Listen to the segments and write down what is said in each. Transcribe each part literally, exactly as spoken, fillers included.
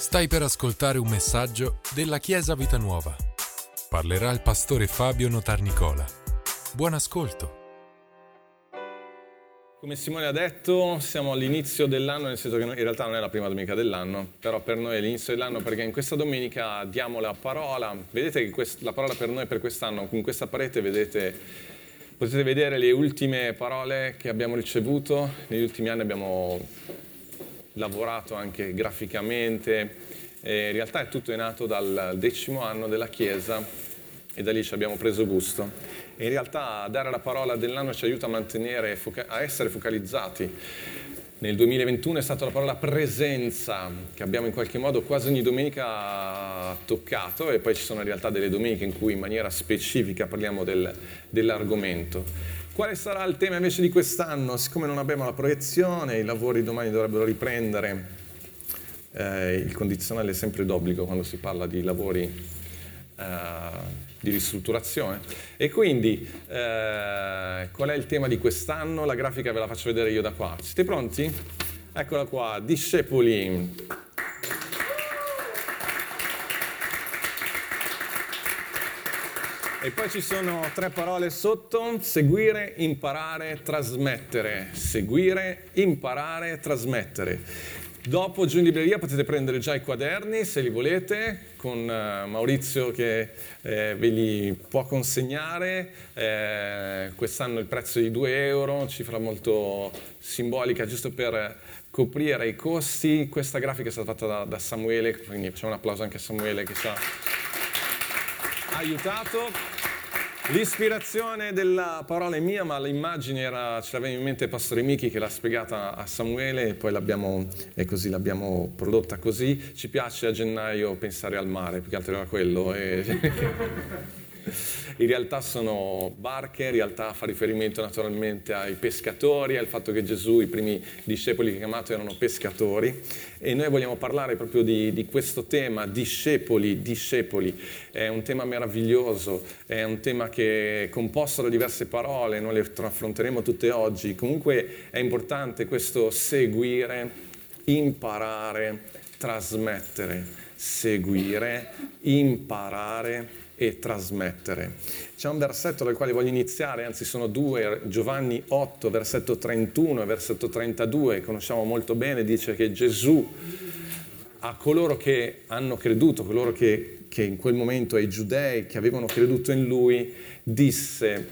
Stai per ascoltare un messaggio della Chiesa Vita Nuova. Parlerà il pastore Fabio Notarnicola. Buon ascolto. Come Simone ha detto, siamo all'inizio dell'anno, nel senso che in realtà non è la prima domenica dell'anno, però per noi è l'inizio dell'anno perché in questa domenica diamo la parola. Vedete che quest- la parola per noi per quest'anno, in questa parete vedete, potete vedere le ultime parole che abbiamo ricevuto. Negli ultimi anni abbiamo lavorato anche graficamente, e in realtà è tutto è nato dal decimo anno della Chiesa e da lì ci abbiamo preso gusto. E in realtà dare la parola dell'anno ci aiuta a mantenere, a essere focalizzati. Nel duemilaventuno è stata la parola presenza, che abbiamo in qualche modo quasi ogni domenica toccato, e poi ci sono in realtà delle domeniche in cui in maniera specifica parliamo del, dell'argomento. Quale sarà il tema invece di quest'anno? Siccome non abbiamo la proiezione, i lavori domani dovrebbero riprendere, eh, il condizionale è sempre d'obbligo quando si parla di lavori eh, di ristrutturazione. E quindi, eh, qual è il tema di quest'anno? La grafica ve la faccio vedere io da qua. Siete pronti? Eccola qua, discepoli. E poi ci sono tre parole sotto: seguire, imparare, trasmettere. Seguire, imparare, trasmettere. Dopo, giù in libreria, potete prendere già i quaderni, se li volete, con uh, Maurizio che eh, ve li può consegnare. Eh, quest'anno il prezzo è di due euro, cifra molto simbolica, giusto per coprire i costi. Questa grafica è stata fatta da, da Samuele, quindi facciamo un applauso anche a Samuele che ci ha aiutato. L'ispirazione della parola è mia, ma l'immagine era, ce l'aveva in mente Pastore Michi che l'ha spiegata a Samuele e poi l'abbiamo, e così l'abbiamo prodotta così. Ci piace a gennaio pensare al mare, più che altro era quello. E in realtà sono barche, in realtà fa riferimento naturalmente ai pescatori, al fatto che Gesù, i primi discepoli che ha chiamato erano pescatori, e noi vogliamo parlare proprio di, di questo tema, discepoli, discepoli. È un tema meraviglioso, è un tema che è composto da diverse parole, noi le affronteremo tutte oggi. Comunque è importante questo seguire, imparare, trasmettere, seguire, imparare e trasmettere. C'è un versetto dal quale voglio iniziare, anzi sono due, Giovanni otto, versetto trentuno e versetto trentadue, conosciamo molto bene, dice che Gesù a coloro che hanno creduto, coloro che, che in quel momento ai giudei che avevano creduto in Lui, disse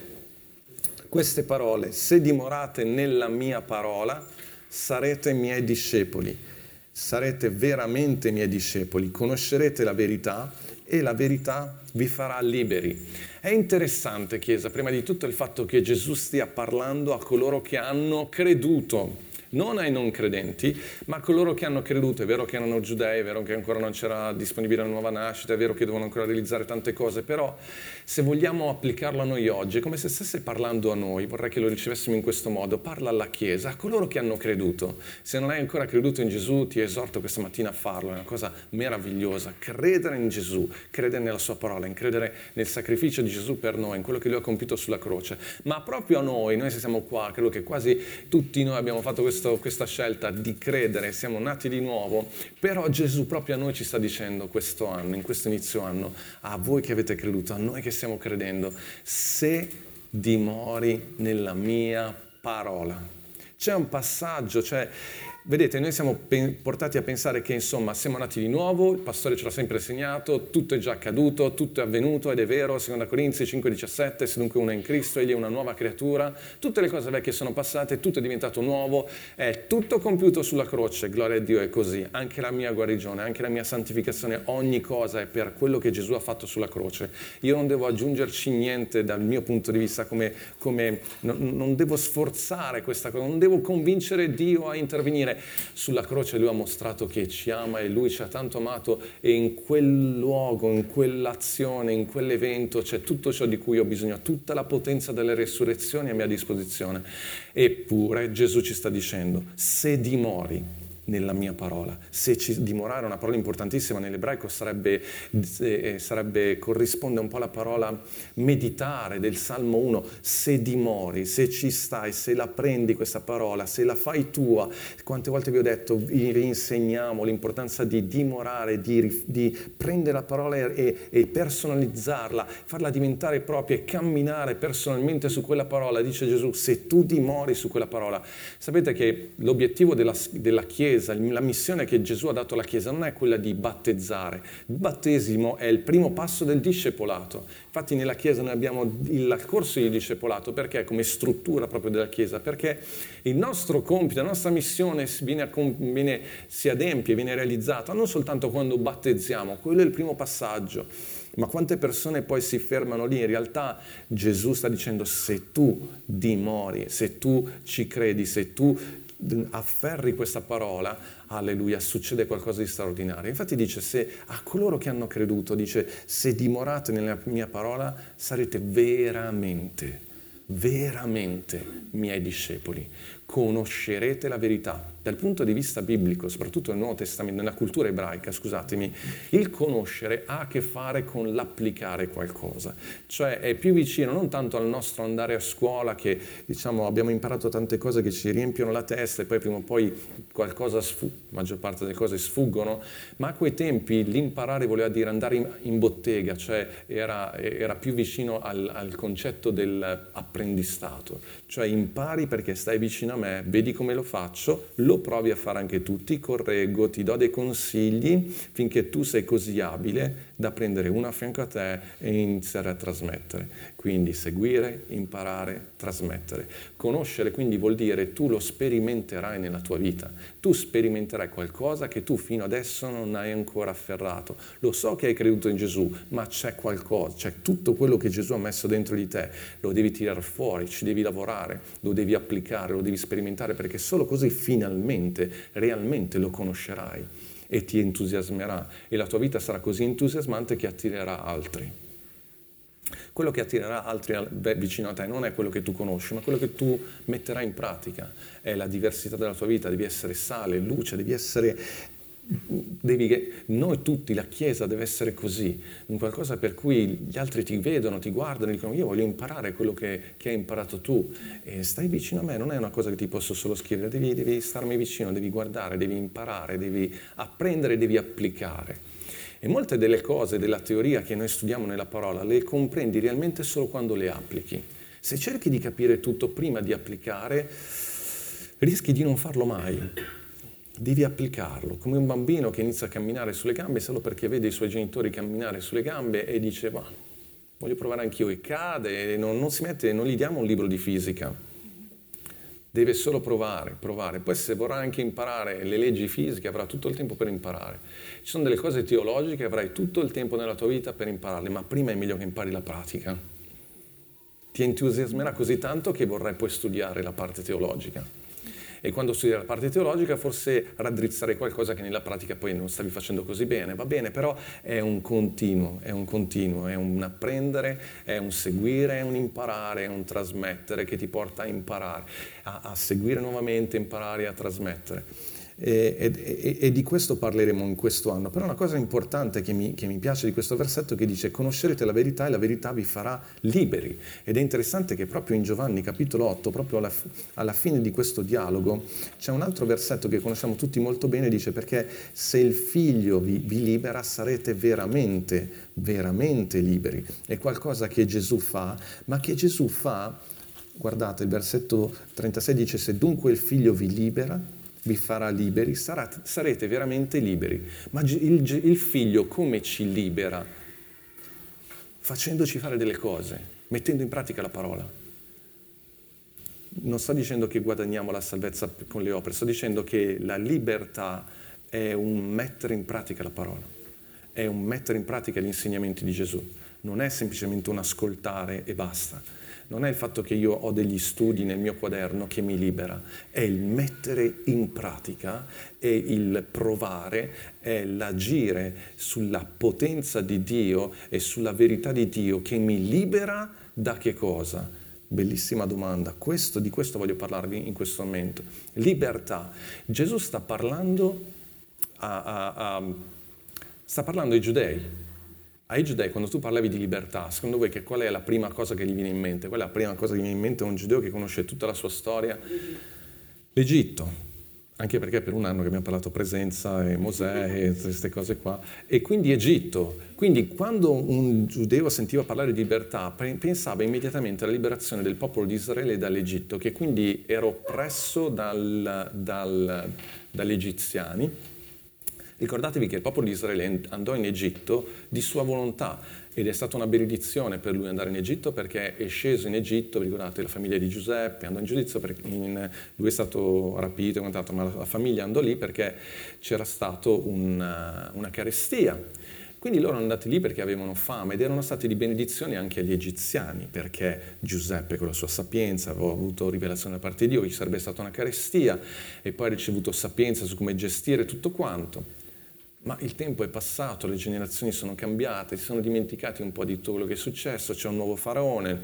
queste parole: se dimorate nella mia parola sarete miei discepoli, sarete veramente miei discepoli, conoscerete la verità e la verità vi farà liberi. È interessante, Chiesa, prima di tutto il fatto che Gesù stia parlando a coloro che hanno creduto, non ai non credenti, ma a coloro che hanno creduto. È vero che erano giudei, è vero che ancora non c'era disponibile la nuova nascita, è vero che devono ancora realizzare tante cose, però se vogliamo applicarlo a noi oggi, è come se stesse parlando a noi. Vorrei che lo ricevessimo in questo modo: parla alla Chiesa, a coloro che hanno creduto. Se non hai ancora creduto in Gesù, ti esorto questa mattina a farlo, è una cosa meravigliosa. Credere in Gesù, credere nella sua parola, in credere nel sacrificio di Gesù per noi, in quello che Lui ha compiuto sulla croce. Ma proprio a noi, noi se siamo qua, credo che quasi tutti noi abbiamo fatto questo questa scelta di credere, siamo nati di nuovo, però Gesù proprio a noi ci sta dicendo questo anno, in questo inizio anno, a voi che avete creduto, a noi che stiamo credendo: se dimori nella mia parola. C'è un passaggio, cioè, vedete, noi siamo portati a pensare che insomma siamo nati di nuovo, il pastore ce l'ha sempre insegnato, tutto è già accaduto, tutto è avvenuto, ed è vero. Seconda Corinzi cinque diciassette, se dunque uno è in Cristo egli è una nuova creatura, tutte le cose vecchie sono passate, tutto è diventato nuovo, è tutto compiuto sulla croce. Gloria a Dio, è così. Anche la mia guarigione, anche la mia santificazione, ogni cosa è per quello che Gesù ha fatto sulla croce. Io non devo aggiungerci niente dal mio punto di vista, come, come non, non devo sforzare questa cosa, non devo convincere Dio a intervenire. Sulla croce Lui ha mostrato che ci ama, e Lui ci ha tanto amato, e in quel luogo, in quell'azione, in quell'evento c'è tutto ciò di cui ho bisogno, tutta la potenza delle resurrezioni a mia disposizione. Eppure Gesù ci sta dicendo: se dimori nella mia parola. Se ci dimorare, una parola importantissima nell'ebraico sarebbe, eh, sarebbe corrisponde un po' alla parola meditare del Salmo uno. Se dimori, se ci stai, se la prendi questa parola, se la fai tua. Quante volte vi ho detto, vi insegniamo l'importanza di dimorare, di, di prendere la parola e, e personalizzarla, farla diventare propria e camminare personalmente su quella parola. Dice Gesù, se tu dimori su quella parola. Sapete che l'obiettivo della, della Chiesa, la missione che Gesù ha dato alla Chiesa non è quella di battezzare. Il battesimo è il primo passo del discepolato. Infatti nella Chiesa noi abbiamo il corso di discepolato, perché come struttura proprio della Chiesa, perché il nostro compito, la nostra missione viene, viene, si adempie, viene realizzata non soltanto quando battezziamo, quello è il primo passaggio, ma quante persone poi si fermano lì. In realtà Gesù sta dicendo, se tu dimori, se tu ci credi, se tu afferri questa parola, alleluia, succede qualcosa di straordinario. Infatti dice, se a coloro che hanno creduto, dice, se dimorate nella mia parola, sarete veramente, veramente miei discepoli. Conoscerete la verità. Dal punto di vista biblico, soprattutto nel Nuovo Testamento, nella cultura ebraica, scusatemi, il conoscere ha a che fare con l'applicare qualcosa. Cioè è più vicino non tanto al nostro andare a scuola, che diciamo abbiamo imparato tante cose che ci riempiono la testa e poi prima o poi qualcosa sfugge, la maggior parte delle cose sfuggono, ma a quei tempi l'imparare voleva dire andare in, in bottega, cioè era, era più vicino al, al concetto dell'apprendistato. Cioè impari perché stai vicino a me, vedi come lo faccio, lo provi a fare anche tu, ti correggo, ti do dei consigli finché tu sei così abile da prendere uno a fianco a te e iniziare a trasmettere. Quindi seguire, imparare, trasmettere. Conoscere quindi vuol dire tu lo sperimenterai nella tua vita, tu sperimenterai qualcosa che tu fino adesso non hai ancora afferrato. Lo so che hai creduto in Gesù, ma c'è qualcosa, c'è tutto quello che Gesù ha messo dentro di te, lo devi tirare fuori, ci devi lavorare, lo devi applicare, lo devi sperimentare, perché solo così finalmente, realmente lo conoscerai e ti entusiasmerà e la tua vita sarà così entusiasmante che attirerà altri. Quello che attirerà altri vicino a te non è quello che tu conosci, ma quello che tu metterai in pratica. È la diversità della tua vita, devi essere sale, luce, devi essere... Devi, noi tutti, la Chiesa deve essere così, un qualcosa per cui gli altri ti vedono, ti guardano e dicono io voglio imparare quello che, che hai imparato tu e stai vicino a me, non è una cosa che ti posso solo scrivere, devi, devi starmi vicino, devi guardare, devi imparare, devi apprendere, devi applicare. E molte delle cose della teoria che noi studiamo nella parola le comprendi realmente solo quando le applichi. Se cerchi di capire tutto prima di applicare, rischi di non farlo mai. Devi applicarlo, come un bambino che inizia a camminare sulle gambe solo perché vede i suoi genitori camminare sulle gambe e dice ma voglio provare anch'io, e cade e non, non si mette, non gli diamo un libro di fisica, deve solo provare, provare, poi se vorrà anche imparare le leggi fisiche avrà tutto il tempo per imparare. Ci sono delle cose teologiche, avrai tutto il tempo nella tua vita per impararle, ma prima è meglio che impari la pratica. Ti entusiasmerà così tanto che vorrai poi studiare la parte teologica. E quando studi la parte teologica forse raddrizzare qualcosa che nella pratica poi non stavi facendo così bene, va bene, però è un continuo, è un continuo, è un apprendere, è un seguire, è un imparare, è un trasmettere che ti porta a imparare, a, a seguire nuovamente, imparare e a trasmettere. E, e, e di questo parleremo in questo anno, però una cosa importante che mi, che mi piace di questo versetto è che dice conoscerete la verità e la verità vi farà liberi, ed è interessante che proprio in Giovanni capitolo otto, proprio alla, alla fine di questo dialogo c'è un altro versetto che conosciamo tutti molto bene, dice perché se il figlio vi, vi libera sarete veramente, veramente liberi. È qualcosa che Gesù fa, ma che Gesù fa, guardate il versetto trentasei dice se dunque il figlio vi libera vi farà liberi, sarate, sarete veramente liberi. Ma il, il figlio come ci libera? Facendoci fare delle cose, mettendo in pratica la parola. Non sto dicendo che guadagniamo la salvezza con le opere, sto dicendo che la libertà è un mettere in pratica la parola, è un mettere in pratica gli insegnamenti di Gesù. Non è semplicemente un ascoltare e basta. Non è il fatto che io ho degli studi nel mio quaderno che mi libera, è il mettere in pratica, è il provare, è l'agire sulla potenza di Dio e sulla verità di Dio che mi libera da che cosa? Bellissima domanda. Questo, di questo voglio parlarvi in questo momento. Libertà. Gesù sta parlando, a, a, a, sta parlando ai giudei. Ai giudei, quando tu parlavi di libertà, secondo voi che qual è la prima cosa che gli viene in mente? Qual è la prima cosa che gli viene in mente a un giudeo che conosce tutta la sua storia? L'Egitto. Anche perché per un anno che abbiamo parlato presenza e Mosè e queste cose qua. E quindi Egitto. Quindi quando un giudeo sentiva parlare di libertà, pensava immediatamente alla liberazione del popolo di Israele dall'Egitto, che quindi era oppresso dal, dal, dagli egiziani. Ricordatevi che il popolo di Israele andò in Egitto di sua volontà ed è stata una benedizione per lui andare in Egitto perché è sceso in Egitto, vi ricordate la famiglia di Giuseppe, andò in giudizio perché in, lui è stato rapito e quant'altro, ma la famiglia andò lì perché c'era stata una, una carestia. Quindi loro erano andati lì perché avevano fame ed erano stati di benedizione anche agli egiziani, perché Giuseppe con la sua sapienza aveva avuto rivelazione da parte di Dio che ci sarebbe stata una carestia e poi ha ricevuto sapienza su come gestire tutto quanto. Ma il tempo è passato, le generazioni sono cambiate, si sono dimenticati un po' di tutto quello che è successo, c'è un nuovo faraone,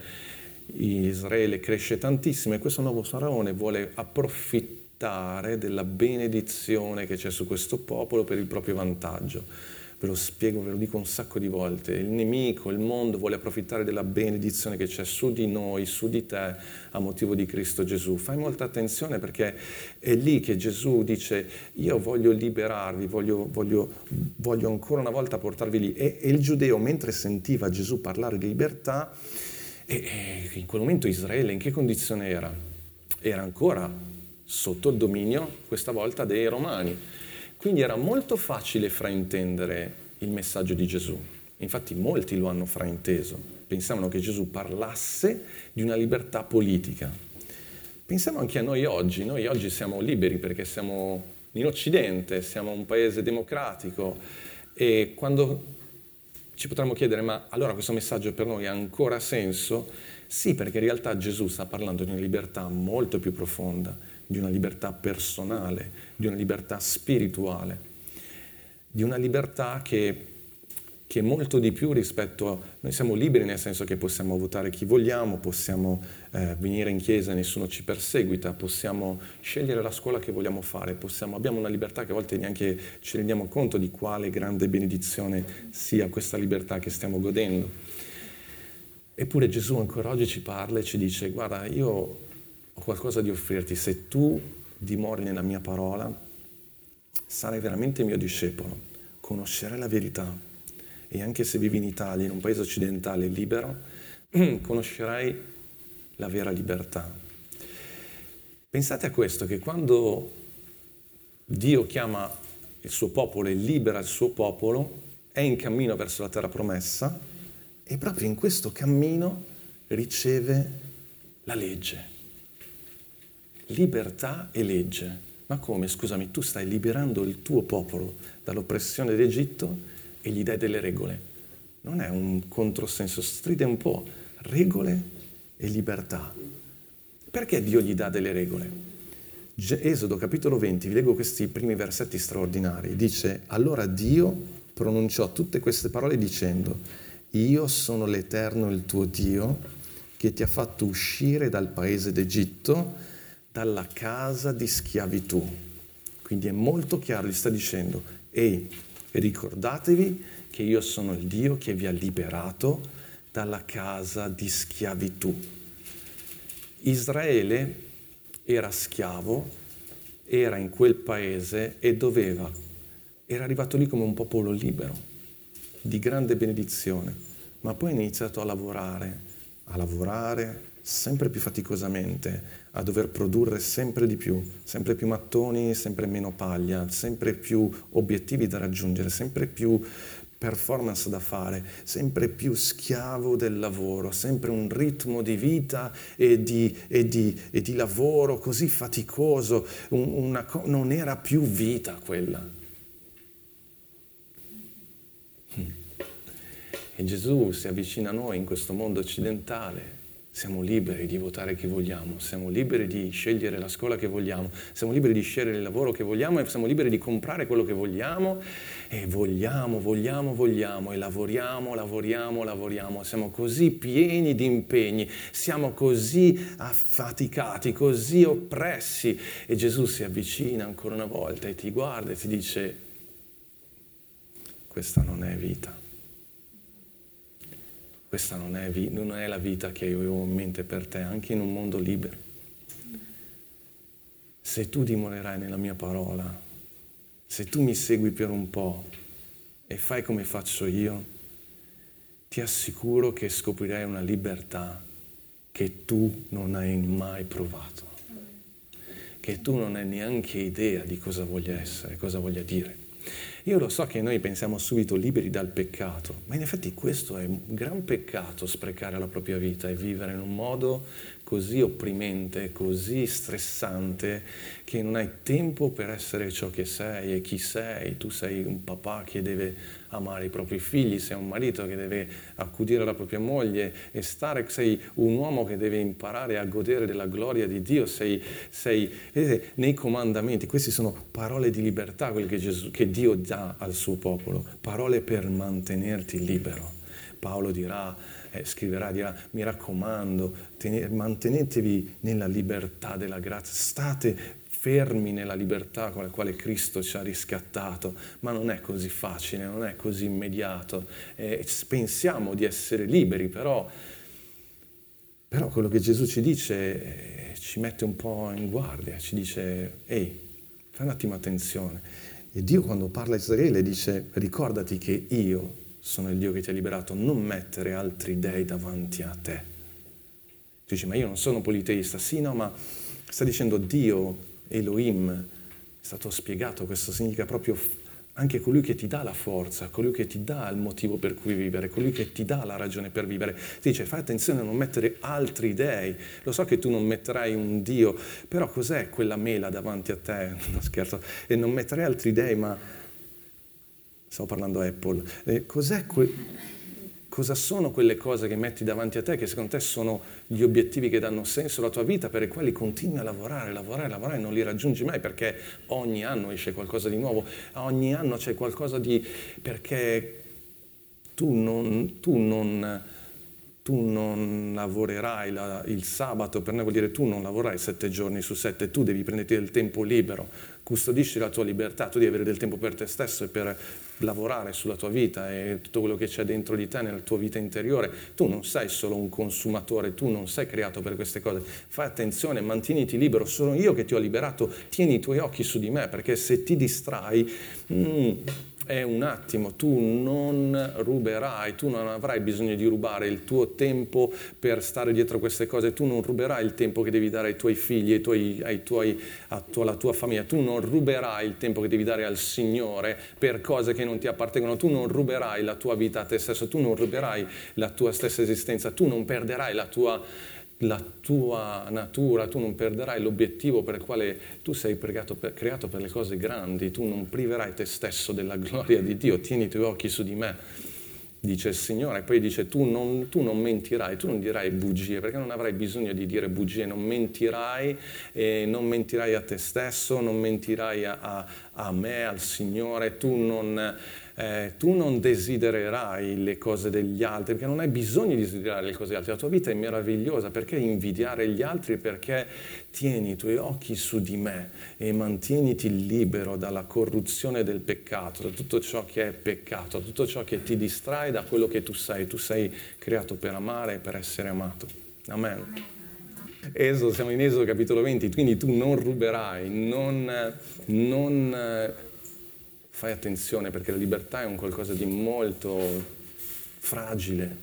Israele cresce tantissimo e questo nuovo faraone vuole approfittare della benedizione che c'è su questo popolo per il proprio vantaggio. Ve lo spiego, ve lo dico un sacco di volte, il nemico, il mondo vuole approfittare della benedizione che c'è su di noi, su di te, a motivo di Cristo Gesù. Fai molta attenzione perché è lì che Gesù dice io voglio liberarvi, voglio, voglio, voglio ancora una volta portarvi lì. E, e il giudeo, mentre sentiva Gesù parlare di libertà, e, e in quel momento Israele in che condizione era? Era ancora sotto il dominio, questa volta, dei Romani. Quindi era molto facile fraintendere il messaggio di Gesù. Infatti molti lo hanno frainteso. Pensavano che Gesù parlasse di una libertà politica. Pensiamo anche a noi oggi. Noi oggi siamo liberi perché siamo in Occidente, siamo un paese democratico e quando ci potremmo chiedere ma allora questo messaggio per noi ha ancora senso? Sì, perché in realtà Gesù sta parlando di una libertà molto più profonda, di una libertà personale, di una libertà spirituale, di una libertà che, che è molto di più rispetto a... Noi siamo liberi nel senso che possiamo votare chi vogliamo, possiamo eh, venire in chiesa e nessuno ci perseguita, possiamo scegliere la scuola che vogliamo fare, possiamo, abbiamo una libertà che a volte neanche ci rendiamo conto di quale grande benedizione sia questa libertà che stiamo godendo. Eppure Gesù ancora oggi ci parla e ci dice guarda, io ho qualcosa di offrirti, se tu dimori nella mia parola, sarai veramente mio discepolo, conoscerai la verità e anche se vivi in Italia, in un paese occidentale libero, conoscerai la vera libertà. Pensate a questo, che quando Dio chiama il suo popolo e libera il suo popolo, è in cammino verso la terra promessa e proprio in questo cammino riceve la legge. Libertà e legge. Ma come, scusami, tu stai liberando il tuo popolo dall'oppressione d'Egitto e gli dai delle regole? Non è un controsenso, stride un po'. Regole e libertà. Perché Dio gli dà delle regole? Esodo capitolo venti, vi leggo questi primi versetti straordinari. Dice, allora Dio pronunciò tutte queste parole dicendo, io sono l'Eterno il tuo Dio che ti ha fatto uscire dal paese d'Egitto, dalla casa di schiavitù. Quindi è molto chiaro, gli sta dicendo, ehi, ricordatevi che io sono il Dio che vi ha liberato dalla casa di schiavitù. Israele era schiavo, era in quel paese e doveva, era arrivato lì come un popolo libero, di grande benedizione, ma poi ha iniziato a lavorare, a lavorare sempre più faticosamente, a dover produrre sempre di più, sempre più mattoni, sempre meno paglia, sempre più obiettivi da raggiungere, sempre più performance da fare, sempre più schiavo del lavoro, sempre un ritmo di vita e di, e di, e di lavoro così faticoso, un, una, non era più vita quella. E Gesù si avvicina a noi in questo mondo occidentale, Siamo liberi di votare chi vogliamo, siamo liberi di scegliere la scuola che vogliamo, siamo liberi di scegliere il lavoro che vogliamo e siamo liberi di comprare quello che vogliamo e vogliamo, vogliamo, vogliamo e lavoriamo, lavoriamo, lavoriamo. Siamo così pieni di impegni, siamo così affaticati, così oppressi e Gesù si avvicina ancora una volta e ti guarda e ti dice: questa non è vita. Questa non è, vi- non è la vita che io avevo in mente per te, anche in un mondo libero. Se tu dimorerai nella mia parola, se tu mi segui per un po' e fai come faccio io, ti assicuro che scoprirai una libertà che tu non hai mai provato, che tu non hai neanche idea di cosa voglia essere, cosa voglia dire. Io lo so che noi pensiamo subito liberi dal peccato, ma in effetti questo è un gran peccato, sprecare la propria vita e vivere in un modo così opprimente, così stressante, che non hai tempo per essere ciò che sei e chi sei. Tu sei un papà che deve amare i propri figli, sei un marito che deve accudire la propria moglie e stare, sei un uomo che deve imparare a godere della gloria di Dio, sei, sei vedete, nei comandamenti. Queste sono parole di libertà, quelle che, Gesù, che Dio dà al suo popolo, parole per mantenerti libero. Paolo dirà, eh, scriverà, dirà: mi raccomando, tener, mantenetevi nella libertà della grazia, state fermi nella libertà con la quale Cristo ci ha riscattato, ma non è così facile, non è così immediato. Eh, pensiamo di essere liberi, però, però quello che Gesù ci dice eh, ci mette un po' in guardia, ci dice: ehi, fai un attimo attenzione. E Dio, quando parla a Israele, dice: ricordati che io sono il Dio che ti ha liberato, non mettere altri dei davanti a te. Tu dici: ma io non sono politeista. Sì, no, ma sta dicendo Dio, Elohim, è stato spiegato, questo significa proprio anche colui che ti dà la forza, colui che ti dà il motivo per cui vivere, colui che ti dà la ragione per vivere. Ti dice: fai attenzione a non mettere altri dei. Lo so che tu non metterai un Dio, però cos'è quella mela davanti a te? No, scherzo. E non metterai altri dei, ma stavo parlando Apple. Eh, cos'è que- cosa sono quelle cose che metti davanti a te che secondo te sono gli obiettivi che danno senso alla tua vita, per i quali continui a lavorare, lavorare, lavorare e non li raggiungi mai, perché ogni anno esce qualcosa di nuovo, ogni anno c'è qualcosa di... perché tu non... Tu non tu non lavorerai la, il sabato, per noi vuol dire tu non lavorerai sette giorni su sette, tu devi prenderti del tempo libero, custodisci la tua libertà, tu devi avere del tempo per te stesso e per lavorare sulla tua vita e tutto quello che c'è dentro di te, nella tua vita interiore. Tu non sei solo un consumatore, tu non sei creato per queste cose. Fai attenzione, mantieniti libero, sono io che ti ho liberato, tieni i tuoi occhi su di me, perché se ti distrai... Mm, è un attimo, tu non ruberai, tu non avrai bisogno di rubare il tuo tempo per stare dietro queste cose, tu non ruberai il tempo che devi dare ai tuoi figli, ai tuoi, ai tuoi, alla tua famiglia, tu non ruberai il tempo che devi dare al Signore per cose che non ti appartengono, tu non ruberai la tua vita a te stesso, tu non ruberai la tua stessa esistenza, tu non perderai la tua... la tua natura, tu non perderai l'obiettivo per il quale tu sei creato per, creato per le cose grandi, tu non priverai te stesso della gloria di Dio, tieni i tuoi occhi su di me, dice il Signore. E poi dice: tu non, tu non mentirai, tu non dirai bugie, perché non avrai bisogno di dire bugie, non mentirai, e non mentirai a te stesso, non mentirai a, a, a me, al Signore, tu non... Eh, tu non desidererai le cose degli altri, perché non hai bisogno di desiderare le cose degli altri. La tua vita è meravigliosa, perché invidiare gli altri? Perché tieni i tuoi occhi su di me e mantieniti libero dalla corruzione del peccato, da tutto ciò che è peccato, da tutto ciò che ti distrae da quello che tu sei. Tu sei creato per amare e per essere amato. Amen. Esodo, siamo in Esodo capitolo venti, quindi tu non ruberai, non... non fai attenzione, perché la libertà è un qualcosa di molto fragile.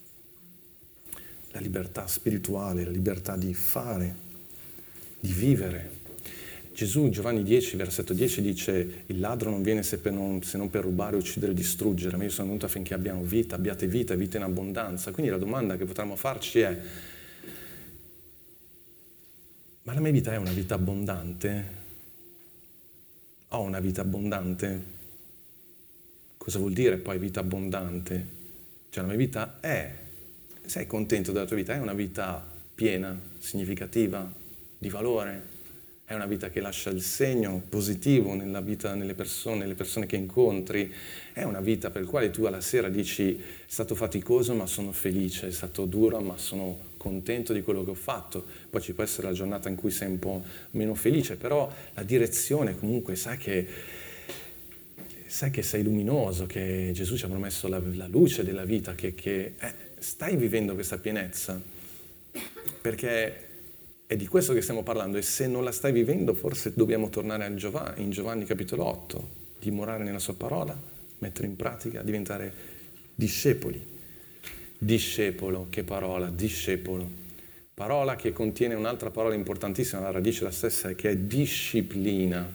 La libertà spirituale, la libertà di fare, di vivere. Gesù in Giovanni dieci, versetto dieci dice: il ladro non viene se, per non, se non per rubare, uccidere e distruggere, ma io sono venuto affinché abbiamo vita, abbiate vita e vita in abbondanza. Quindi la domanda che potremmo farci è: ma la mia vita è una vita abbondante? Ho una vita abbondante? Cosa vuol dire poi vita abbondante? Cioè la mia vita è sei contento della tua vita? È una vita piena, significativa, di valore? È una vita che lascia il segno positivo nella vita, nelle persone, nelle persone che incontri? È una vita per la quale tu alla sera dici: è stato faticoso ma sono felice, è stato duro ma sono contento di quello che ho fatto. Poi ci può essere la giornata in cui sei un po' meno felice, però la direzione comunque sai che, sai che sei luminoso, che Gesù ci ha promesso la, la luce della vita, che, che eh, stai vivendo questa pienezza, perché è di questo che stiamo parlando, e se non la stai vivendo forse dobbiamo tornare a Giovanni, in Giovanni capitolo otto, dimorare nella sua parola, mettere in pratica, diventare discepoli. Discepolo, che parola, discepolo. Parola che contiene un'altra parola importantissima, la radice è la stessa, che è disciplina.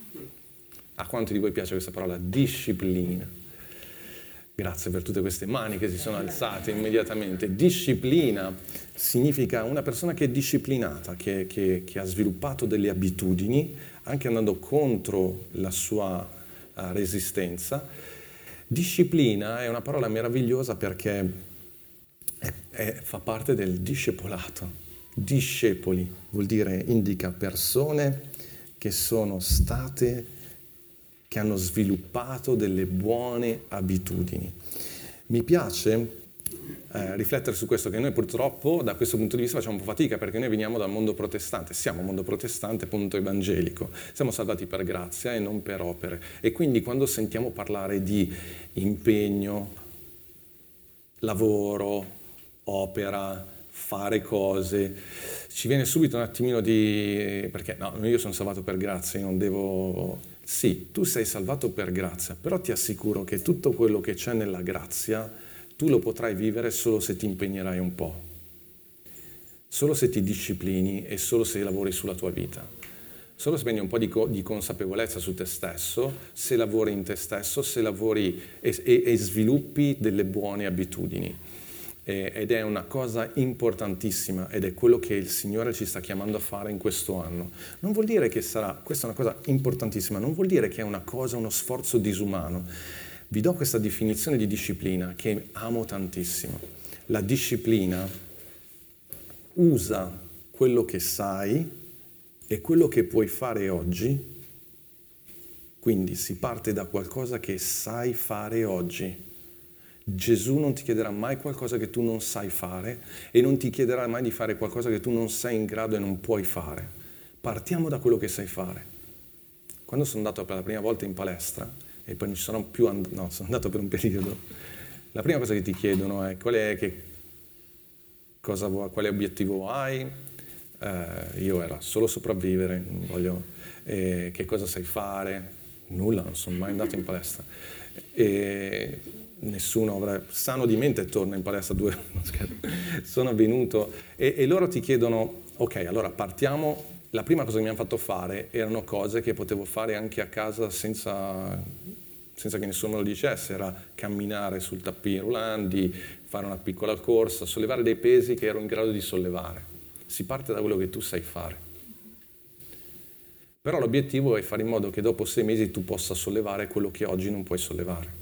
A quanti di voi piace questa parola? Disciplina. Grazie per tutte queste mani che si sono alzate immediatamente. Disciplina significa una persona che è disciplinata, che, che, che ha sviluppato delle abitudini, anche andando contro la sua uh, resistenza. Disciplina è una parola meravigliosa perché è, è, fa parte del discepolato. Discepoli vuol dire, indica persone che sono state che hanno sviluppato delle buone abitudini. Mi piace eh, riflettere su questo, che noi purtroppo da questo punto di vista facciamo un po' fatica, perché noi veniamo dal mondo protestante, siamo un mondo protestante, punto evangelico, siamo salvati per grazia e non per opere, e quindi quando sentiamo parlare di impegno, lavoro, opera, fare cose, ci viene subito un attimino di... perché no, io sono salvato per grazia, io non devo... Sì, tu sei salvato per grazia, però ti assicuro che tutto quello che c'è nella grazia tu lo potrai vivere solo se ti impegnerai un po', solo se ti disciplini e solo se lavori sulla tua vita, solo se prendi un po' di, co- di consapevolezza su te stesso, se lavori in te stesso, se lavori e, e, e sviluppi delle buone abitudini. Ed è una cosa importantissima, ed è quello che il Signore ci sta chiamando a fare in questo anno. Non vuol dire che sarà, questa è una cosa importantissima, non vuol dire che è una cosa, uno sforzo disumano. Vi do questa definizione di disciplina che amo tantissimo. La disciplina usa quello che sai e quello che puoi fare oggi, quindi si parte da qualcosa che sai fare oggi. Gesù non ti chiederà mai qualcosa che tu non sai fare e non ti chiederà mai di fare qualcosa che tu non sei in grado e non puoi fare. Partiamo da quello che sai fare. Quando sono andato per la prima volta in palestra, e poi non ci sono più and- no, sono andato per un periodo, la prima cosa che ti chiedono è qual è, che cosa vuoi, quale obiettivo hai. Eh, io era solo sopravvivere, non voglio, eh, che cosa sai fare, nulla, non sono mai andato in palestra. E nessuno avrà sano di mente torna in palestra due sono venuto e, e loro ti chiedono: ok, allora partiamo. La prima cosa che mi hanno fatto fare erano cose che potevo fare anche a casa senza, senza che nessuno me lo dicesse, era camminare sul tapping roulant, fare una piccola corsa, sollevare dei pesi che ero in grado di sollevare. Si parte da quello che tu sai fare, però l'obiettivo è fare in modo che dopo sei mesi tu possa sollevare quello che oggi non puoi sollevare.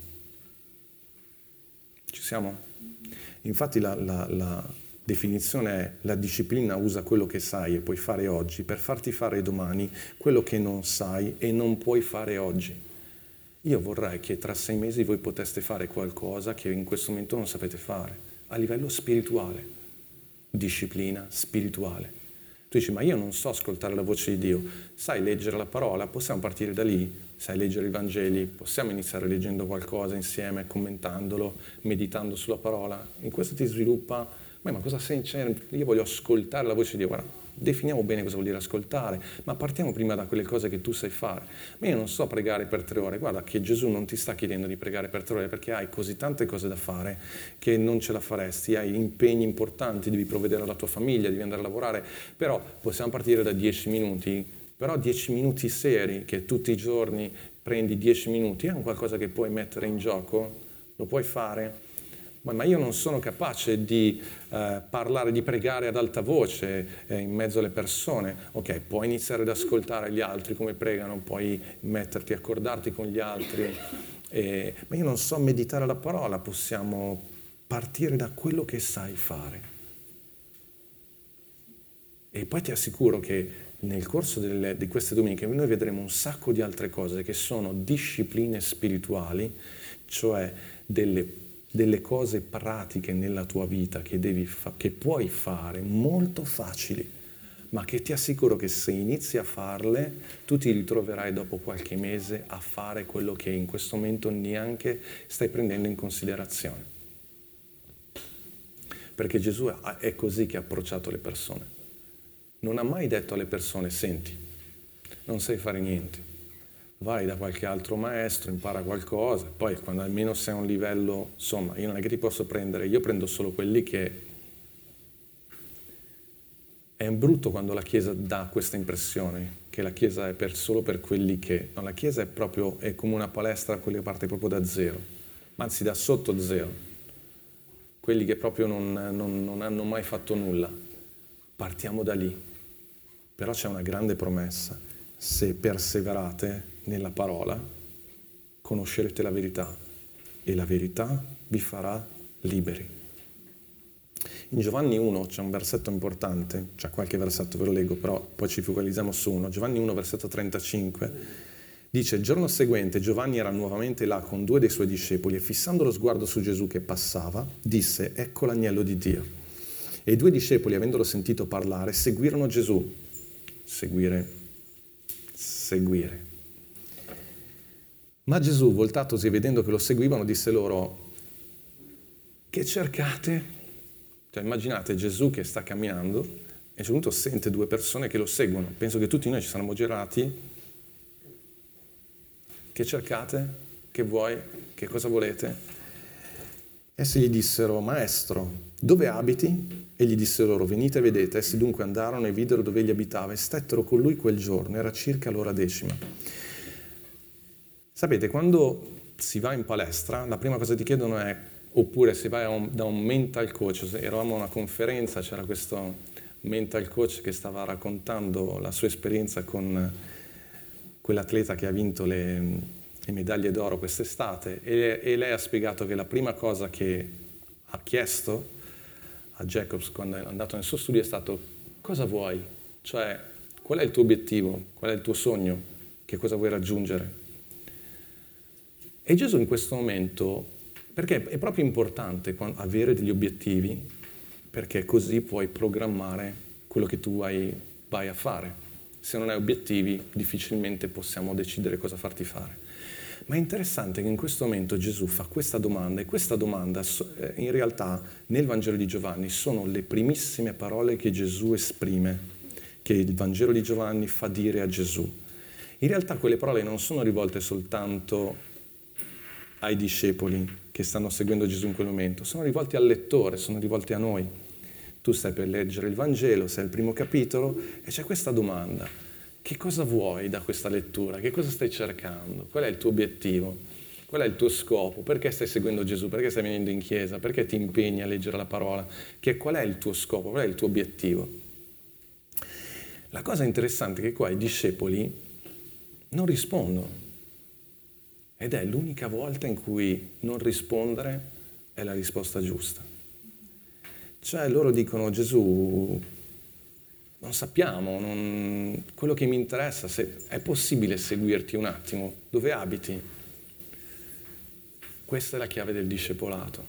Ci siamo? Infatti la, la, la definizione è: la disciplina usa quello che sai e puoi fare oggi per farti fare domani quello che non sai e non puoi fare oggi. Io vorrei che tra sei mesi voi poteste fare qualcosa che in questo momento non sapete fare, a livello spirituale, disciplina spirituale. Tu dici: ma io non so ascoltare la voce di Dio. Sai leggere la parola? Possiamo partire da lì. Sai leggere i Vangeli? Possiamo iniziare leggendo qualcosa insieme, commentandolo, meditando sulla parola. In questo ti sviluppa: ma, ma cosa sei? Cioè, io voglio ascoltare la voce di Dio. Guarda, definiamo bene cosa vuol dire ascoltare, ma partiamo prima da quelle cose che tu sai fare. Ma io non so pregare per tre ore. Guarda che Gesù non ti sta chiedendo di pregare per tre ore, perché hai così tante cose da fare che non ce la faresti, hai impegni importanti, devi provvedere alla tua famiglia, devi andare a lavorare. Però possiamo partire da dieci minuti, però dieci minuti seri, che tutti i giorni prendi dieci minuti, è un qualcosa che puoi mettere in gioco? Lo puoi fare? Ma io non sono capace di eh, parlare, di pregare ad alta voce eh, in mezzo alle persone. Ok, puoi iniziare ad ascoltare gli altri come pregano, puoi metterti, accordarti con gli altri. Eh, ma io non so meditare la parola. Possiamo partire da quello che sai fare. E poi ti assicuro che nel corso delle, di queste domeniche noi vedremo un sacco di altre cose che sono discipline spirituali, cioè delle, delle cose pratiche nella tua vita che, devi fa- che puoi fare, molto facili, ma che ti assicuro che se inizi a farle, tu ti ritroverai dopo qualche mese a fare quello che in questo momento neanche stai prendendo in considerazione. Perché Gesù è così che ha approcciato le persone. Non ha mai detto alle persone, senti, non sai fare niente, vai da qualche altro maestro, impara qualcosa, poi quando almeno sei a un livello, insomma, io non è che ti posso prendere, io prendo solo quelli che... È brutto quando la Chiesa dà questa impressione, che la Chiesa è per, solo per quelli che... No, la Chiesa è proprio, è come una palestra, quelli che parte proprio da zero, anzi da sotto zero, quelli che proprio non, non, non hanno mai fatto nulla. Partiamo da lì, però c'è una grande promessa: se perseverate nella parola, conoscerete la verità e la verità vi farà liberi. In Giovanni uno c'è un versetto importante, c'è qualche versetto, ve lo leggo, però poi ci focalizziamo su uno. Giovanni uno, versetto trentacinque, dice: il giorno seguente Giovanni era nuovamente là con due dei suoi discepoli e fissando lo sguardo su Gesù che passava, disse: ecco l'agnello di Dio. E i due discepoli, avendolo sentito parlare, seguirono Gesù. Seguire, seguire. Ma Gesù, voltatosi e vedendo che lo seguivano, disse loro: che cercate? Cioè, immaginate Gesù che sta camminando e a un certo punto sente due persone che lo seguono. Penso che tutti noi ci saremmo girati. Che cercate? Che vuoi? Che cosa volete? Essi gli dissero: maestro, dove abiti? E gli disse loro: venite e vedete. Essi dunque andarono e videro dove egli abitava e stettero con lui quel giorno, era circa l'ora decima. Sapete, quando si va in palestra, la prima cosa che ti chiedono è, oppure se vai a un, da un mental coach, eravamo a una conferenza, c'era questo mental coach che stava raccontando la sua esperienza con quell'atleta che ha vinto le, le medaglie d'oro quest'estate, e, e lei ha spiegato che la prima cosa che ha chiesto a Jacobs quando è andato nel suo studio è stato: cosa vuoi? Cioè, qual è il tuo obiettivo? Qual è il tuo sogno? Che cosa vuoi raggiungere? E Gesù in questo momento, perché è proprio importante avere degli obiettivi, perché così puoi programmare quello che tu vai, vai a fare. Se non hai obiettivi, difficilmente possiamo decidere cosa farti fare. Ma è interessante che in questo momento Gesù fa questa domanda, e questa domanda in realtà nel Vangelo di Giovanni sono le primissime parole che Gesù esprime, che il Vangelo di Giovanni fa dire a Gesù. In realtà quelle parole non sono rivolte soltanto ai discepoli che stanno seguendo Gesù in quel momento, sono rivolte al lettore, sono rivolte a noi. Tu stai per leggere il Vangelo, sei al primo capitolo e c'è questa domanda: che cosa vuoi da questa lettura? Che cosa stai cercando? Qual è il tuo obiettivo? Qual è il tuo scopo? Perché stai seguendo Gesù? Perché stai venendo in chiesa? Perché ti impegni a leggere la parola? Che, qual è il tuo scopo? Qual è il tuo obiettivo? La cosa interessante è che qua i discepoli non rispondono. Ed è l'unica volta in cui non rispondere è la risposta giusta. Cioè loro dicono: Gesù, non sappiamo, non... quello che mi interessa, se è possibile seguirti un attimo, dove abiti? Questa è la chiave del discepolato.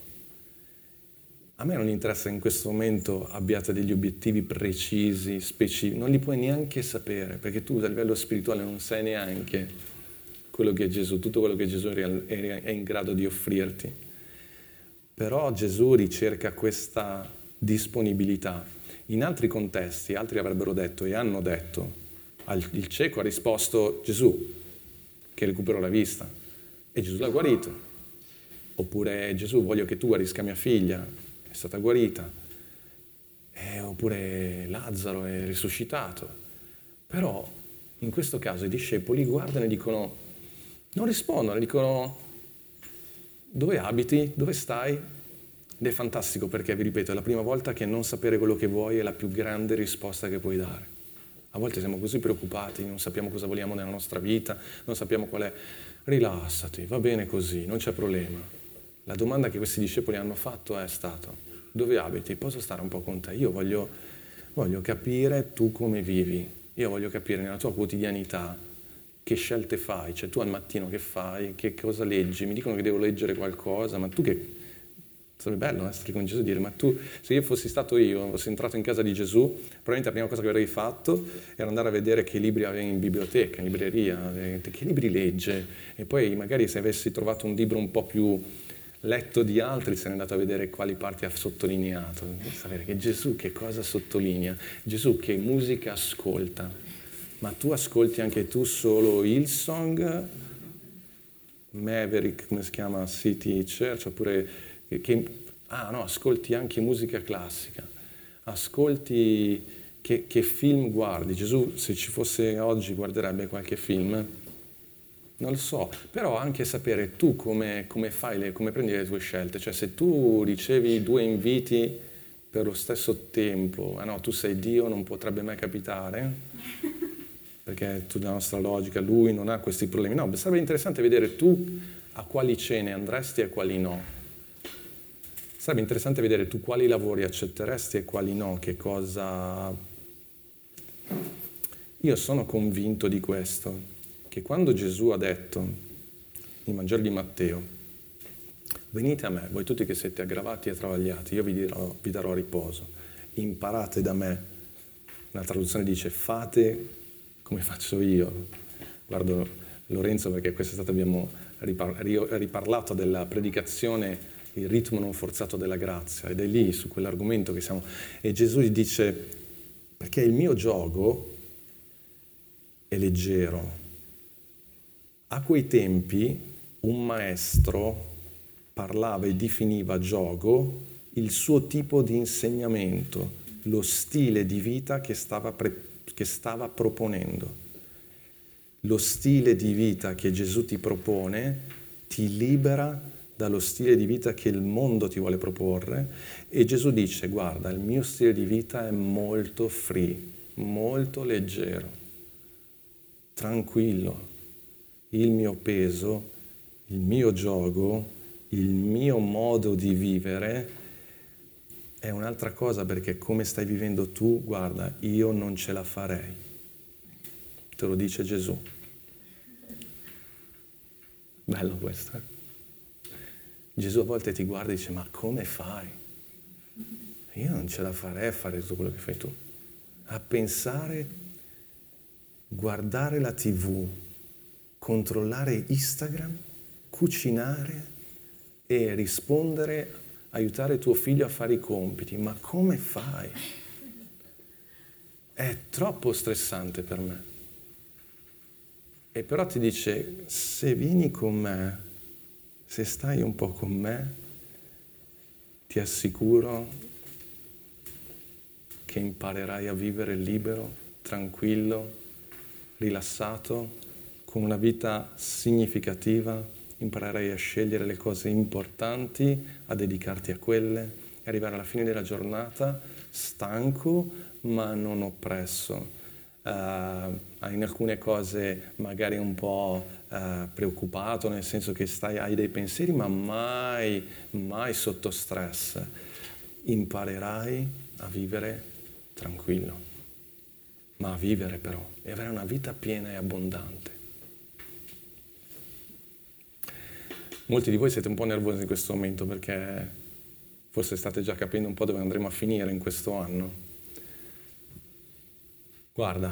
A me non interessa che in questo momento abbiate degli obiettivi precisi, specifici, non li puoi neanche sapere, perché tu a livello spirituale non sai neanche quello che Gesù, tutto quello che Gesù è in grado di offrirti. Però Gesù ricerca questa disponibilità. In altri contesti, altri avrebbero detto e hanno detto, il cieco ha risposto: Gesù, che recupero la vista, e Gesù l'ha guarito. Oppure: Gesù, voglio che tu guarisca mia figlia, è stata guarita. E, oppure Lazzaro è risuscitato. Però in questo caso i discepoli guardano e dicono, non rispondono, dicono: dove abiti? Dove stai? Ed è fantastico perché, vi ripeto, è la prima volta che non sapere quello che vuoi è la più grande risposta che puoi dare. A volte siamo così preoccupati, non sappiamo cosa vogliamo nella nostra vita, non sappiamo qual è. Rilassati, va bene così, non c'è problema. La domanda che questi discepoli hanno fatto è stato: dove abiti? Posso stare un po' con te? Io voglio, voglio capire tu come vivi, io voglio capire nella tua quotidianità che scelte fai, cioè tu al mattino che fai, che cosa leggi, mi dicono che devo leggere qualcosa, ma tu che... Sarebbe bello essere con Gesù e dire: ma tu, se io fossi stato io, fossi entrato in casa di Gesù, probabilmente la prima cosa che avrei fatto era andare a vedere che libri aveva in biblioteca, in libreria, che libri legge, e poi magari se avessi trovato un libro un po' più letto di altri, sarei andato a vedere quali parti ha sottolineato, sapere che Gesù che cosa sottolinea, Gesù che musica ascolta, ma tu ascolti anche tu solo Hillsong, Maverick, come si chiama, City Church, oppure... Che, ah no, ascolti anche musica classica, ascolti che, che film guardi. Gesù, se ci fosse oggi, guarderebbe qualche film, non lo so, però anche sapere tu come, come fai, le, come prendi le tue scelte, cioè se tu ricevi due inviti per lo stesso tempo, ah no, tu sei Dio, non potrebbe mai capitare, perché tutta la nostra logica, lui non ha questi problemi, no, sarebbe interessante vedere tu a quali cene andresti e a quali no. Sarebbe interessante vedere tu quali lavori accetteresti e quali no, che cosa... Io sono convinto di questo, che quando Gesù ha detto, nel Vangelo di Matteo, venite a me, voi tutti che siete aggravati e travagliati, io vi darò, vi darò riposo, imparate da me. La traduzione dice, fate come faccio io. Guardo Lorenzo perché quest'estate abbiamo ripar- riparlato della predicazione il ritmo non forzato della grazia, ed è lì su quell'argomento che siamo. E Gesù gli dice: perché il mio giogo è leggero. A quei tempi un maestro parlava e definiva giogo il suo tipo di insegnamento, lo stile di vita che stava, pre- che stava proponendo. Lo stile di vita che Gesù ti propone ti libera dallo stile di vita che il mondo ti vuole proporre, e Gesù dice: guarda, il mio stile di vita è molto free, molto leggero, tranquillo, il mio peso, il mio giogo, il mio modo di vivere è un'altra cosa, perché come stai vivendo tu, guarda, io non ce la farei. Te lo dice Gesù. Bello questo, eh? Gesù a volte ti guarda e dice: ma come fai? Io non ce la farei a fare tutto quello che fai tu. A pensare, guardare la tivù, controllare Instagram, cucinare e rispondere, aiutare tuo figlio a fare i compiti. Ma come fai? È troppo stressante per me. E però ti dice: se vieni con me, se stai un po' con me, ti assicuro che imparerai a vivere libero, tranquillo, rilassato, con una vita significativa, imparerai a scegliere le cose importanti, a dedicarti a quelle, e arrivare alla fine della giornata stanco ma non oppresso. Uh, in alcune cose magari un po' uh, preoccupato, nel senso che stai, hai dei pensieri, ma mai, mai sotto stress. Imparerai a vivere tranquillo, ma a vivere però, e avere una vita piena e abbondante. Molti di voi siete un po' nervosi in questo momento, perché forse state già capendo un po' dove andremo a finire in questo anno. Guarda,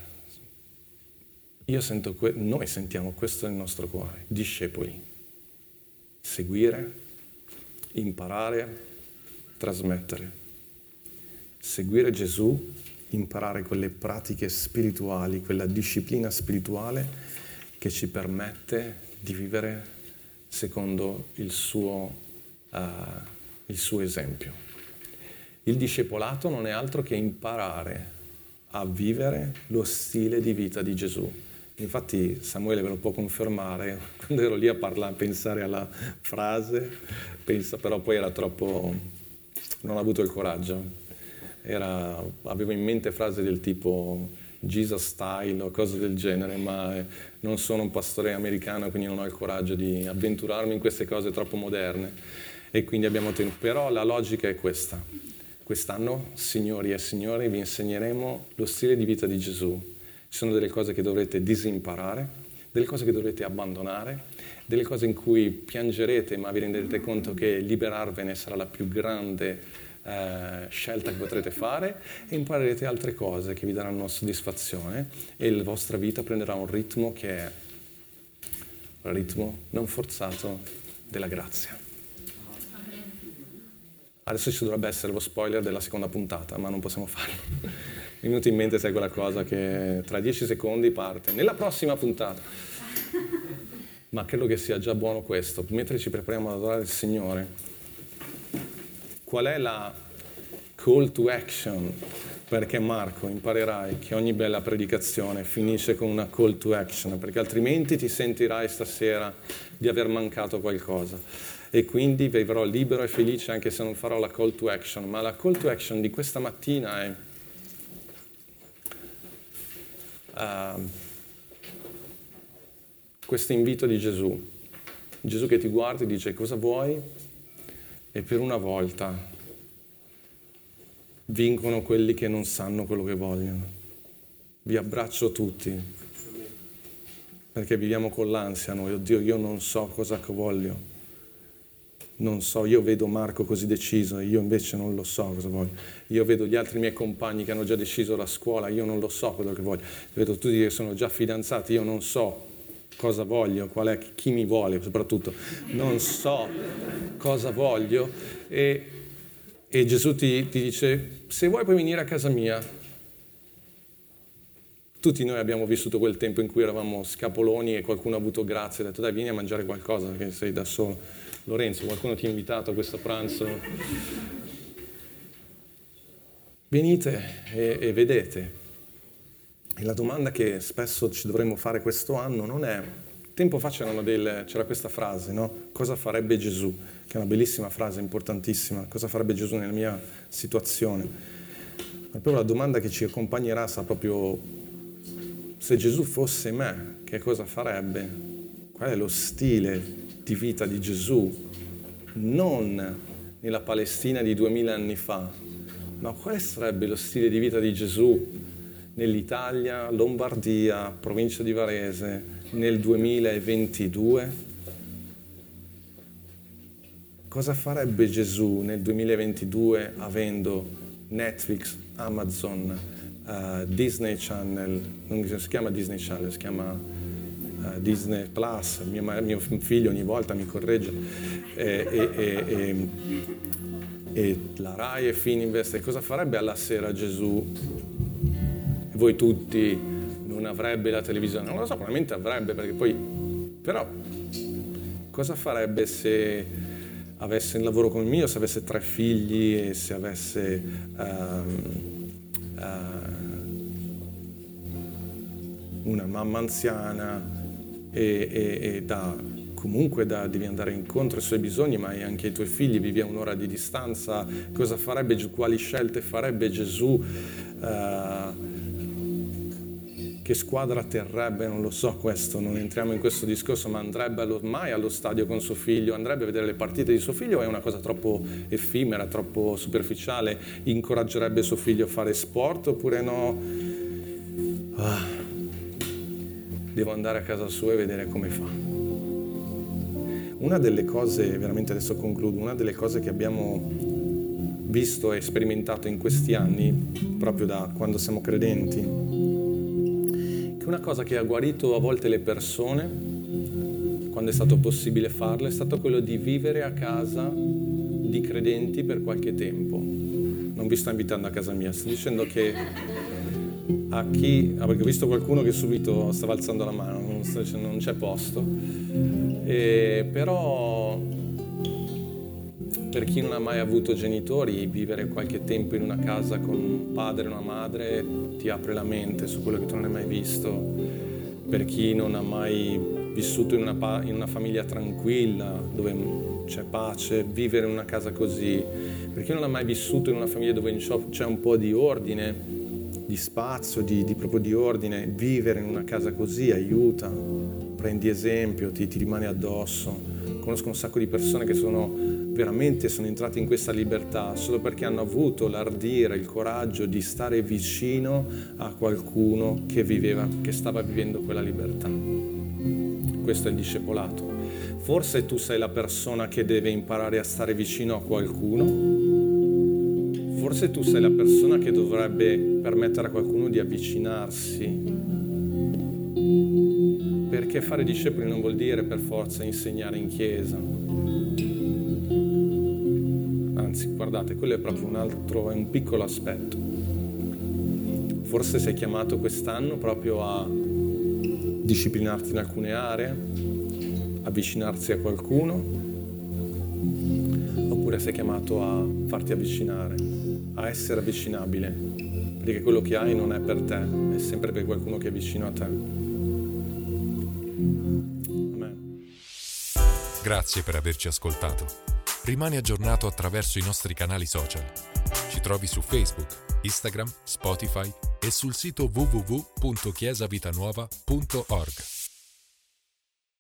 io sento que- noi sentiamo questo nel nostro cuore, discepoli, seguire, imparare, trasmettere. Seguire Gesù, imparare quelle pratiche spirituali, quella disciplina spirituale che ci permette di vivere secondo il suo, uh, il suo esempio. Il discepolato non è altro che imparare a vivere lo stile di vita di Gesù. Infatti Samuele ve lo può confermare, quando ero lì a parlare, a pensare alla frase, pensa, però poi era troppo, non ho avuto il coraggio. Era, avevo in mente frasi del tipo: Jesus style o cose del genere, ma eh, non sono un pastore americano, quindi non ho il coraggio di avventurarmi in queste cose troppo moderne. E quindi abbiamo tenuto. Però la logica è questa. Quest'anno, signori e signori, vi insegneremo lo stile di vita di Gesù. Ci sono delle cose che dovrete disimparare, delle cose che dovrete abbandonare, delle cose in cui piangerete, ma vi renderete conto che liberarvene sarà la più grande Eh, scelta che potrete fare, e imparerete altre cose che vi daranno soddisfazione, e la vostra vita prenderà un ritmo che è un ritmo non forzato della grazia. Adesso ci dovrebbe essere lo spoiler della seconda puntata, ma non possiamo farlo. Mi è venuto in mente, sai, quella cosa che tra dieci secondi parte nella prossima puntata. Ma credo che sia già buono questo, mentre ci prepariamo ad adorare il Signore. Qual è la call to action? Perché Marco, imparerai che ogni bella predicazione finisce con una call to action, perché altrimenti ti sentirai stasera di aver mancato qualcosa. E quindi vivrò libero e felice anche se non farò la call to action. Ma la call to action di questa mattina è uh, questo invito di Gesù. Gesù che ti guarda e dice: cosa vuoi? E per una volta vincono quelli che non sanno quello che vogliono. Vi abbraccio tutti, perché viviamo con l'ansia noi. Oddio, io non so cosa voglio. Non so, io vedo Marco così deciso e io invece non lo so cosa voglio. Io vedo gli altri miei compagni che hanno già deciso la scuola, io non lo so quello che voglio. Vedo tutti che sono già fidanzati, io non so cosa voglio, qual è, chi mi vuole soprattutto, non so cosa voglio, e, e Gesù ti, ti dice: se vuoi puoi venire a casa mia. Tutti noi abbiamo vissuto quel tempo in cui eravamo scapoloni e qualcuno ha avuto grazia e ha detto: dai, vieni a mangiare qualcosa perché sei da solo. Lorenzo, qualcuno ti ha invitato a questo pranzo? Venite e, e vedete. E la domanda che spesso ci dovremmo fare questo anno non è... Tempo fa c'erano delle, c'era questa frase, no? Cosa farebbe Gesù? Che è una bellissima frase, importantissima. Cosa farebbe Gesù nella mia situazione? Ma proprio la domanda che ci accompagnerà sarà proprio: se Gesù fosse me, che cosa farebbe? Qual è lo stile di vita di Gesù? Non nella Palestina di duemila anni fa, ma quale sarebbe lo stile di vita di Gesù nell'Italia, Lombardia, provincia di Varese, nel duemilaventidue? Cosa farebbe Gesù nel duemilaventidue avendo Netflix, Amazon, uh, Disney Channel, non si chiama Disney Channel, si chiama uh, Disney Plus, mio, mio figlio ogni volta mi corregge, e, e, e, e, e la Rai e Fininvest. E cosa farebbe alla sera Gesù? E voi tutti: non avrebbe la televisione? Non lo so, probabilmente avrebbe, perché poi... Però, cosa farebbe se avesse un lavoro come il mio, se avesse tre figli e se avesse um, uh, una mamma anziana e, e, e da, comunque da, devi andare incontro ai suoi bisogni, ma anche i tuoi figli vivi a un'ora di distanza? Cosa farebbe? Quali scelte farebbe Gesù? Uh, Che squadra terrebbe? Non lo so, questo, non entriamo in questo discorso, ma andrebbe allo, mai allo stadio con suo figlio? Andrebbe a vedere le partite di suo figlio? O è una cosa troppo effimera, troppo superficiale? Incoraggerebbe suo figlio a fare sport oppure no? Ah, devo andare a casa sua e vedere come fa. Una delle cose, veramente adesso concludo, una delle cose che abbiamo visto e sperimentato in questi anni, proprio da quando siamo credenti, una cosa che ha guarito a volte le persone, quando è stato possibile farlo, è stato quello di vivere a casa di credenti per qualche tempo. Non vi sto invitando a casa mia, sto dicendo che a chi... Ah, perché ho visto qualcuno che subito stava alzando la mano, non, sto dicendo, non c'è posto. E, però per chi non ha mai avuto genitori, vivere qualche tempo in una casa con un padre e una madre ti apre la mente su quello che tu non hai mai visto. Per chi non ha mai vissuto in una, pa- in una famiglia tranquilla, dove c'è pace, vivere in una casa così. Per chi non ha mai vissuto in una famiglia dove c'è un po' di ordine, di spazio, di, di proprio di ordine. Vivere in una casa così aiuta, prendi esempio, ti, ti rimane addosso. Conosco un sacco di persone che sono veramente sono entrate in questa libertà solo perché hanno avuto l'ardire, il coraggio di stare vicino a qualcuno che viveva, che stava vivendo quella libertà. Questo è il discepolato. Forse tu sei la persona che deve imparare a stare vicino a qualcuno. Forse tu sei la persona che dovrebbe permettere a qualcuno di avvicinarsi. Perché fare discepoli non vuol dire per forza insegnare in chiesa. Anzi, guardate, quello è proprio un altro, è un piccolo aspetto. Forse sei chiamato quest'anno proprio a disciplinarti in alcune aree, avvicinarsi a qualcuno, oppure sei chiamato a farti avvicinare, a essere avvicinabile, perché quello che hai non è per te, è sempre per qualcuno che è vicino a te. Amen. Grazie per averci ascoltato. Rimani aggiornato attraverso i nostri canali social. Ci trovi su Facebook, Instagram, Spotify e sul sito w w w punto chiesa vitanuova punto org.